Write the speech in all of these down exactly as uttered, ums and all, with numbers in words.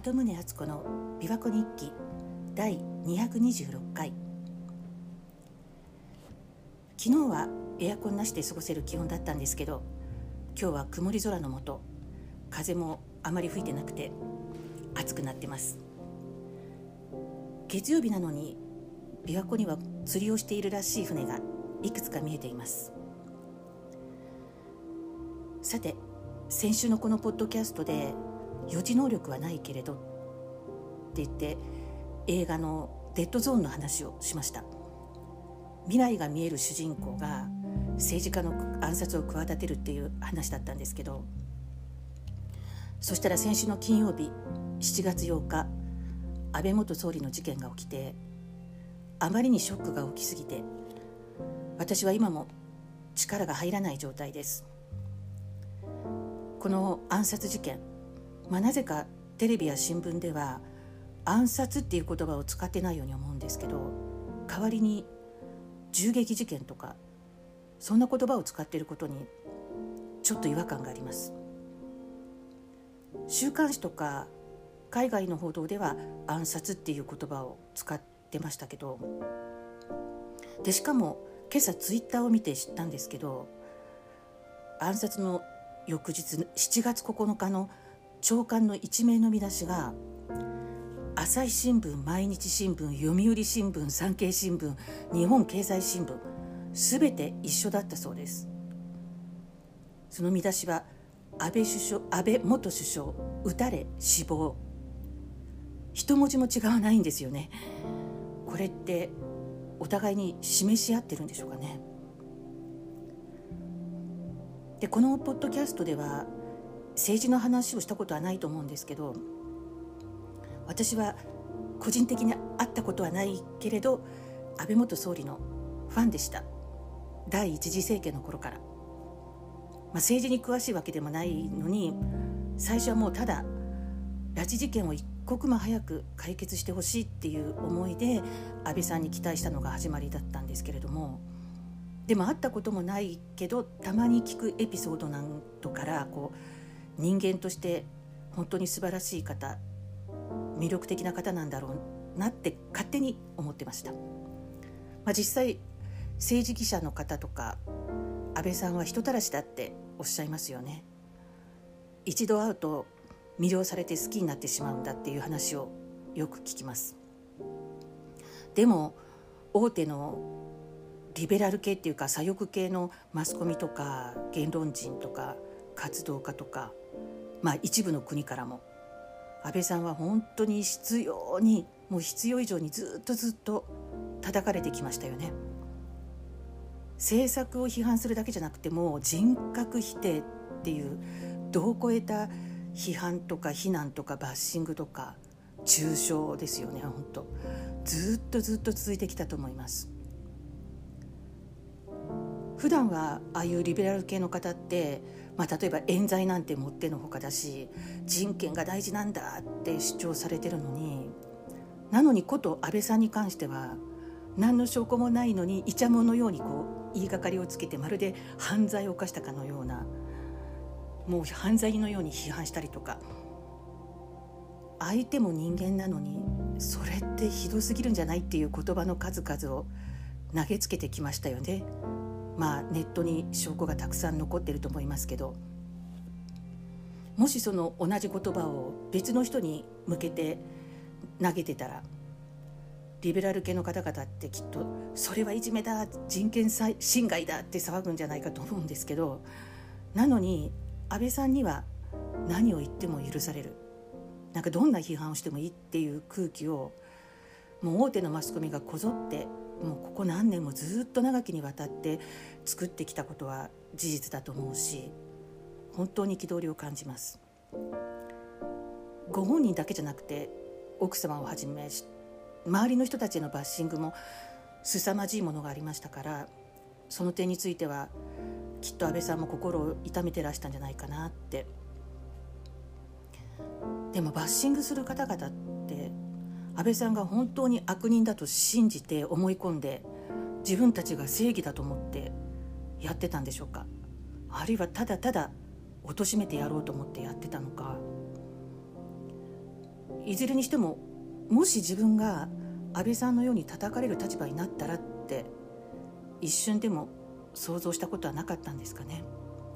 鳩宗敦子の琵琶湖日記だいにひゃくにじゅうろっかい。昨日はエアコンなしで過ごせる気温だったんですけど、今日は曇り空の下、風もあまり吹いてなくて暑くなってます。月曜日なのに琵琶湖には釣りをしているらしい船がいくつか見えています。さて、先週のこのポッドキャストで予知能力はないけれどって言って映画のデッドゾーンの話をしました。未来が見える主人公が政治家の暗殺を企てるっていう話だったんですけど、そしたら先週の金曜日しちがつようか、安倍元総理の事件が起きて、あまりにショックが大きすぎて私は今も力が入らない状態です。この暗殺事件、まあ、なぜかテレビや新聞では暗殺っていう言葉を使ってないように思うんですけど、代わりに銃撃事件とかそんな言葉を使っていることにちょっと違和感があります。週刊誌とか海外の報道では暗殺っていう言葉を使ってましたけど、でしかも今朝ツイッターを見て知ったんですけど、暗殺の翌日しちがつここのかの朝刊の一面の見出しが、朝日新聞、毎日新聞、読売新聞、産経新聞、日本経済新聞、すべて一緒だったそうです。その見出しは、安倍首相、安倍元首相撃たれ死亡、一文字も違わないんですよね。これってお互いに示し合ってるんでしょうかね。で、このポッドキャストでは政治の話をしたことはないと思うんですけど、私は個人的に会ったことはないけれど安倍元総理のファンでした。第一次政権の頃から、まあ、政治に詳しいわけでもないのに、最初はもうただ拉致事件を一刻も早く解決してほしいっていう思いで安倍さんに期待したのが始まりだったんですけれども、でも会ったこともないけどたまに聞くエピソードなんとからこう人間として本当に素晴らしい方、魅力的な方なんだろうなって勝手に思ってました。まあ、実際政治記者の方とか安倍さんは人たらしだっておっしゃいますよね。一度会うと魅了されて好きになってしまうんだっていう話をよく聞きます。でも大手のリベラル系っていうか左翼系のマスコミとか言論人とか活動家とか、まあ一部の国からも安倍さんは本当に執拗に、もう必要以上にずっとずっと叩かれてきましたよね。政策を批判するだけじゃなくて、もう人格否定っていう度を超えた批判とか非難とかバッシングとか中傷ですよね。本当ずっとずっと続いてきたと思います。普段はああいうリベラル系の方って、まあ、例えば冤罪なんてもってのほかだし、人権が大事なんだって主張されてるのに、なのにこと安倍さんに関しては何の証拠もないのにイチャモンのようにこう言いがかりをつけて、まるで犯罪を犯したかのような、もう犯罪のように批判したりとか、相手も人間なのにそれってひどすぎるんじゃないっていう言葉の数々を投げつけてきましたよね。まあネットに証拠がたくさん残っていると思いますけど、もしその同じ言葉を別の人に向けて投げてたら、リベラル系の方々ってきっとそれはいじめだ、人権侵害だって騒ぐんじゃないかと思うんですけど、なのに安倍さんには何を言っても許される、なんかどんな批判をしてもいいっていう空気を、もう大手のマスコミがこぞってもうここ何年もずっと長きにわたって作ってきたことは事実だと思うし、本当に憤りを感じます。ご本人だけじゃなくて奥様をはじめ周りの人たちへのバッシングも凄まじいものがありましたから、その点についてはきっと安倍さんも心を痛めてらしたんじゃないかなって。でもバッシングする方々って安倍さんが本当に悪人だと信じて思い込んで、自分たちが正義だと思ってやってたんでしょうか。あるいはただただ貶めてやろうと思ってやってたのか。 いずれにしてももし自分が安倍さんのように叩かれる立場になったらって一瞬でも想像したことはなかったんですかね。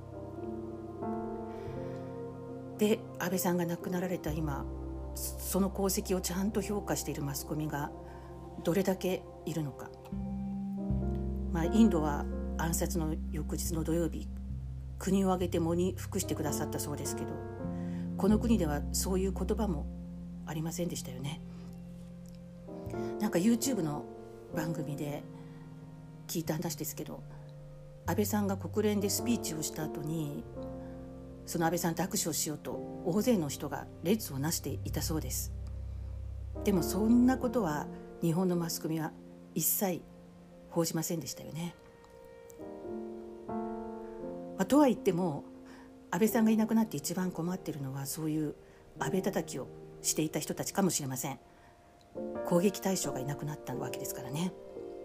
で、安倍さんが亡くなられた今、その功績をちゃんと評価しているマスコミがどれだけいるのか。まあ、インドは暗殺の翌日の土曜日、国を挙げて喪に服してくださったそうですけど、この国ではそういう言葉もありませんでしたよね。なんか YouTube の番組で聞いた話ですけど、安倍さんが国連でスピーチをした後に、その安倍さんと握手をしようと大勢の人が列をなしていたそうです。でもそんなことは日本のマスコミは一切報じませんでしたよね。まあ、とは言っても安倍さんがいなくなって一番困っているのは、そういう安倍叩きをしていた人たちかもしれません。攻撃対象がいなくなったわけですからね。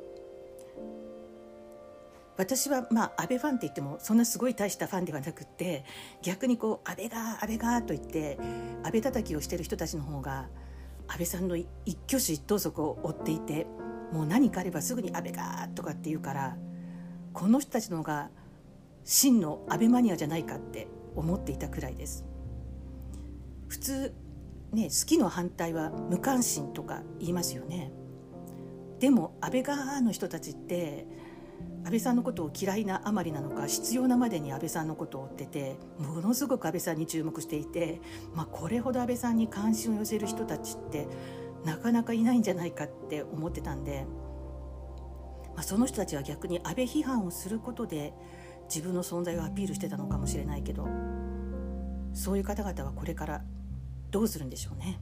私はまあ安倍ファンって言ってもそんなすごい大したファンではなくって、逆にこう安倍が安倍がと言って安倍叩きをしている人たちの方が安倍さんの一挙手一投足を追っていて、もう何かあればすぐに安倍がとかって言うから、この人たちの方が真の安倍マニアじゃないかって思っていたくらいです。普通ね、好きの反対は無関心とか言いますよね。でも安倍がの人たちって安倍さんのことを嫌いなあまりなのか、必要なまでに安倍さんのことを追ってて、ものすごく安倍さんに注目していて、まあ、これほど安倍さんに関心を寄せる人たちってなかなかいないんじゃないかって思ってたんで、まあ、その人たちは逆に安倍批判をすることで自分の存在をアピールしてたのかもしれないけど、そういう方々はこれからどうするんでしょうね。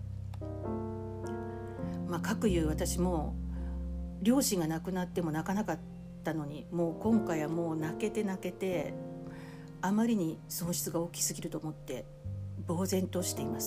まあ、かくいう私も両親が亡くなっても泣かなかったのに、もう今回はもう泣けて泣けて、あまりに損失が大きすぎると思って呆然としています。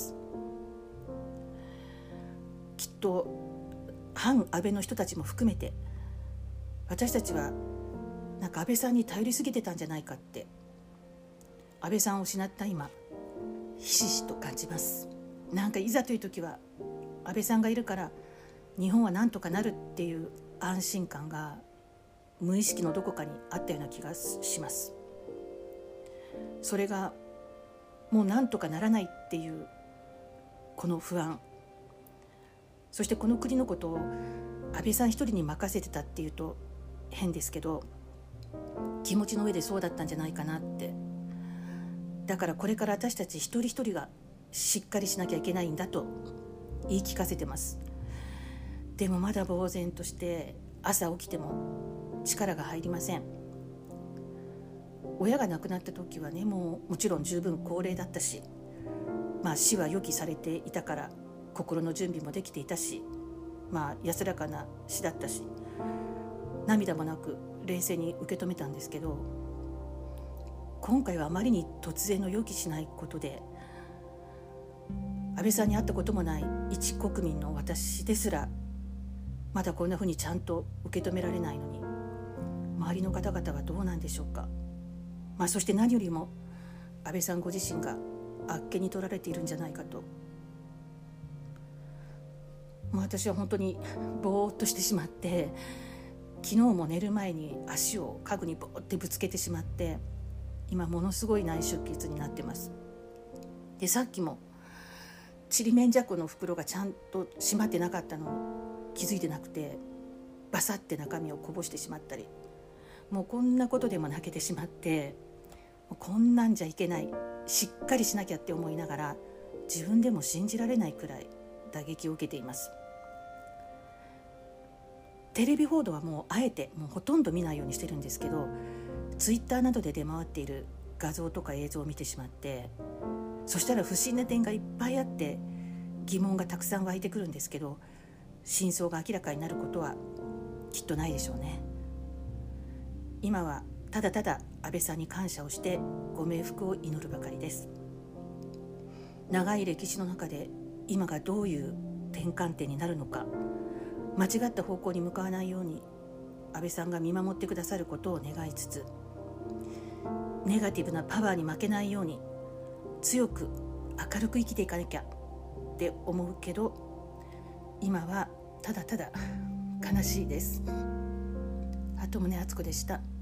きっと反安倍の人たちも含めて、私たちはなんか安倍さんに頼りすぎてたんじゃないかって、安倍さんを失った今ひしひしと感じます。なんかいざという時は安倍さんがいるから日本はなんとかなるっていう安心感が無意識のどこかにあったような気がします。それがもうなんとかならないっていうこの不安、そしてこの国のことを安倍さん一人に任せてたっていうと変ですけど、気持ちの上でそうだったんじゃないかなって。だからこれから私たち一人一人がしっかりしなきゃいけないんだと言い聞かせてます。でもまだ呆然として朝起きても力が入りません。親が亡くなった時はね、もうもちろん十分高齢だったし、まあ死は予期されていたから心の準備もできていたし、まあ安らかな死だったし、涙もなく冷静に受け止めたんですけど、今回はあまりに突然の予期しないことで、安倍さんに会ったこともない一国民の私ですらまだこんなふうにちゃんと受け止められないのに、周りの方々はどうなんでしょうか。まあ、そして何よりも安倍さんご自身があっけに取られているんじゃないかと、まあ、私は本当にぼーっとしてしまって、昨日も寝る前に足を家具にボーってぶつけてしまって、今ものすごい内出血になってます。でさっきもちりめんじゃこの袋がちゃんと閉まってなかったのに気づいてなくて、バサッて中身をこぼしてしまったり、もうこんなことでも泣けてしまって、こんなんじゃいけない、しっかりしなきゃって思いながら、自分でも信じられないくらい打撃を受けています。テレビ報道はもうあえてもうほとんど見ないようにしてるんですけど、ツイッターなどで出回っている画像とか映像を見てしまって、そしたら不審な点がいっぱいあって疑問がたくさん湧いてくるんですけど、真相が明らかになることはきっとないでしょうね。今はただただ安倍さんに感謝をしてご冥福を祈るばかりです。長い歴史の中で今がどういう転換点になるのか、間違った方向に向かわないように安倍さんが見守ってくださることを願いつつ、ネガティブなパワーに負けないように強く明るく生きていかなきゃって思うけど、今はただただ悲しいです。鳩宗敦子でした。